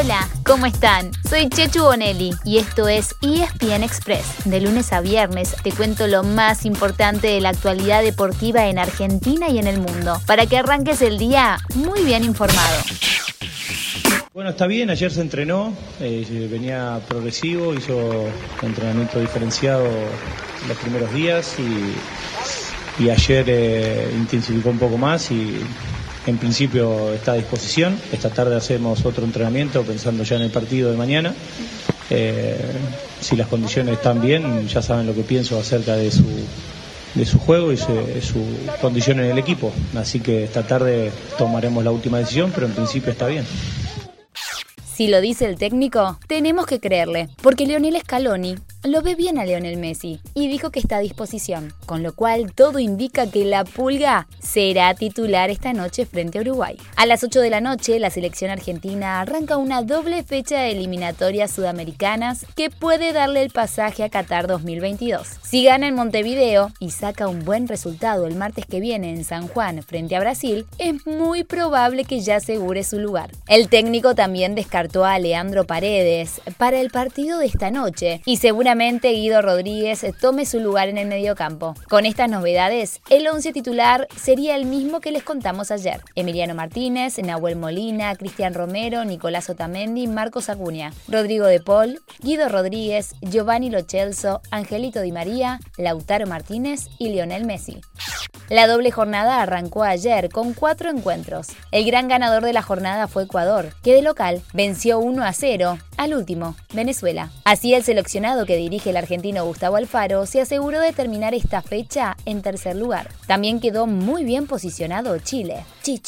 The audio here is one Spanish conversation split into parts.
Hola, ¿cómo están? Soy Chechu Bonelli y esto es ESPN Express. De lunes a viernes te cuento lo más importante de la actualidad deportiva en Argentina y en el mundo, para que arranques el día muy bien informado. Bueno, está bien, ayer se entrenó, venía progresivo, hizo entrenamiento diferenciado los primeros días y ayer intensificó un poco más y en principio está a disposición. Esta tarde hacemos otro entrenamiento pensando ya en el partido de mañana. Si las condiciones están bien, ya saben lo que pienso acerca de su juego y su condición en el equipo. Así que esta tarde tomaremos la última decisión, pero en principio está bien. Si lo dice el técnico, tenemos que creerle, porque Lionel Scaloni lo ve bien a Lionel Messi y dijo que está a disposición, con lo cual todo indica que la Pulga será titular esta noche frente a Uruguay. A las 8 de la noche, la selección argentina arranca una doble fecha de eliminatorias sudamericanas que puede darle el pasaje a Qatar 2022. Si gana en Montevideo y saca un buen resultado el martes que viene en San Juan frente a Brasil, es muy probable que ya asegure su lugar. El técnico también descartó a Leandro Paredes para el partido de esta noche y seguramente Guido Rodríguez tome su lugar en el mediocampo. Con estas novedades, el 11 titular sería el mismo que les contamos ayer: Emiliano Martínez, Nahuel Molina, Cristian Romero, Nicolás Otamendi, Marcos Acuña, Rodrigo de Paul, Guido Rodríguez, Giovanni Lo Celso, Angelito Di María, Lautaro Martínez y Lionel Messi. La doble jornada arrancó ayer con 4 encuentros. El gran ganador de la jornada fue Ecuador, que de local venció 1-0 al último, Venezuela. Así el seleccionado que dirige el argentino Gustavo Alfaro se aseguró de terminar esta fecha en tercer lugar. También quedó muy bien posicionado Chile.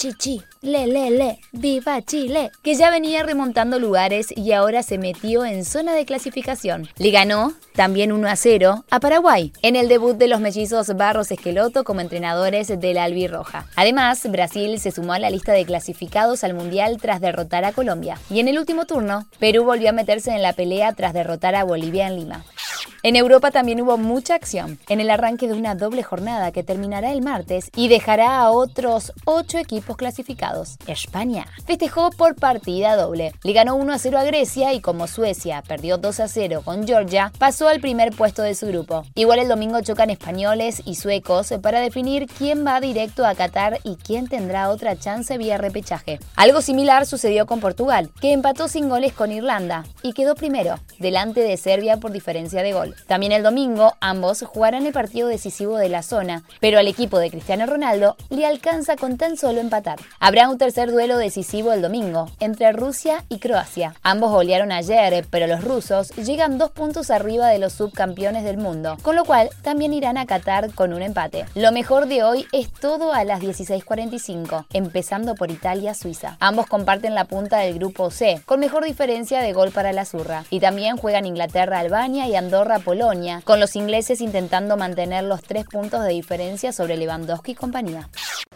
Le, viva Chile, que ya venía remontando lugares y ahora se metió en zona de clasificación. Le ganó también 1-0 a Paraguay en el debut de los mellizos Barros Esqueloto como entrenadores de la albirroja. Además, Brasil se sumó a la lista de clasificados al Mundial tras derrotar a Colombia. Y en el último turno, Perú volvió a meterse en la pelea tras derrotar a Bolivia en Lima. En Europa también hubo mucha acción en el arranque de una doble jornada que terminará el martes y dejará a otros 8 equipos clasificados. España festejó por partida doble. Le ganó 1-0 a Grecia y como Suecia perdió 2-0 con Georgia, pasó al primer puesto de su grupo. Igual el domingo chocan españoles y suecos para definir quién va directo a Qatar y quién tendrá otra chance vía repechaje. Algo similar sucedió con Portugal, que empató sin goles con Irlanda y quedó primero, delante de Serbia por diferencia de gol. También el domingo, ambos jugarán el partido decisivo de la zona, pero al equipo de Cristiano Ronaldo le alcanza con tan solo empatar. Habrá un tercer duelo decisivo el domingo, entre Rusia y Croacia. Ambos golearon ayer, pero los rusos llegan 2 puntos arriba de los subcampeones del mundo, con lo cual también irán a Qatar con un empate. Lo mejor de hoy es todo a las 16:45, empezando por Italia-Suiza. Ambos comparten la punta del grupo C, con mejor diferencia de gol para la Azurra. Y también juegan Inglaterra-Albania y Andorra-Polonia, con los ingleses intentando mantener los 3 puntos de diferencia sobre Lewandowski y compañía.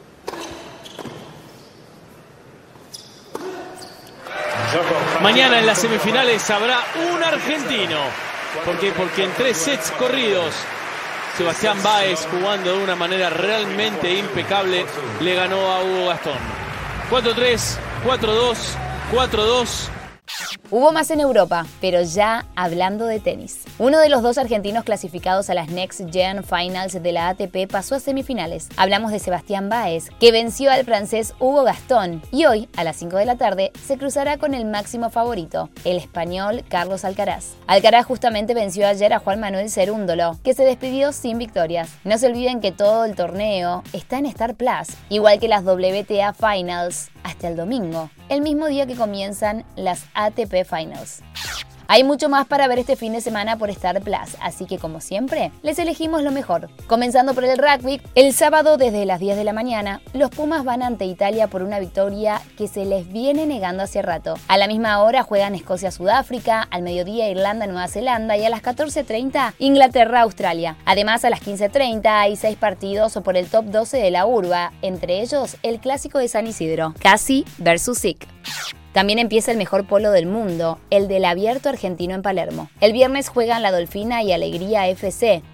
Mañana en las semifinales habrá un argentino. ¿Por qué? Porque en 3 sets corridos, Sebastián Báez, jugando de una manera realmente impecable, le ganó a Hugo Gastón. 4-3, 4-2, 4-2. Hubo más en Europa, pero ya hablando de tenis. Uno de los 2 argentinos clasificados a las Next Gen Finals de la ATP pasó a semifinales. Hablamos de Sebastián Báez, que venció al francés Hugo Gastón y hoy, a las 5 de la tarde, se cruzará con el máximo favorito, el español Carlos Alcaraz. Alcaraz justamente venció ayer a Juan Manuel Cerúndolo, que se despidió sin victorias. No se olviden que todo el torneo está en Star Plus, igual que las WTA Finals, hasta el domingo, el mismo día que comienzan las ATP Finals. Hay mucho más para ver este fin de semana por Star Plus, así que como siempre, les elegimos lo mejor. Comenzando por el rugby, el sábado desde las 10 de la mañana, los Pumas van ante Italia por una victoria que se les viene negando hace rato. A la misma hora juegan Escocia-Sudáfrica, al mediodía Irlanda-Nueva Zelanda y a las 14:30 Inglaterra-Australia. Además, a las 15:30 hay 6 partidos por el top 12 de la urba, entre ellos el clásico de San Isidro, Casi vs SIC. También empieza el mejor polo del mundo, el del Abierto Argentino en Palermo. El viernes juegan La Dolfina y Alegría FC,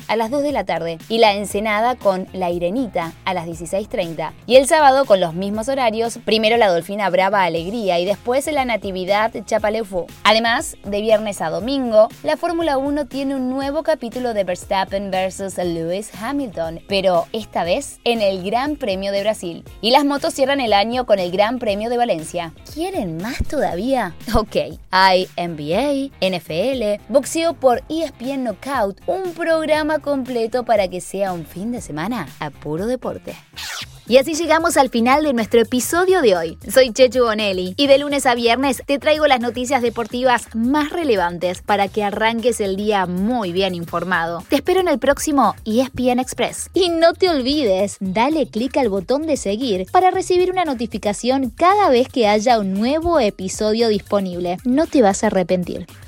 a las 2 de la tarde y La Ensenada con La Irenita a las 16:30. Y el sábado con los mismos horarios, primero la Dolfina Brava Alegría y después la Natividad Chapaleufú. Además, de viernes a domingo, la Fórmula 1 tiene un nuevo capítulo de Verstappen versus Lewis Hamilton, pero esta vez en el Gran Premio de Brasil. Y las motos cierran el año con el Gran Premio de Valencia. ¿Quieren más todavía? Ok, hay NBA, NFL, boxeo por ESPN Knockout, un programa completo para que sea un fin de semana a puro deporte. Y así llegamos al final de nuestro episodio de hoy. Soy Chechu Bonelli y de lunes a viernes te traigo las noticias deportivas más relevantes para que arranques el día muy bien informado. Te espero en el próximo ESPN Express. Y no te olvides, dale clic al botón de seguir para recibir una notificación cada vez que haya un nuevo episodio disponible. No te vas a arrepentir.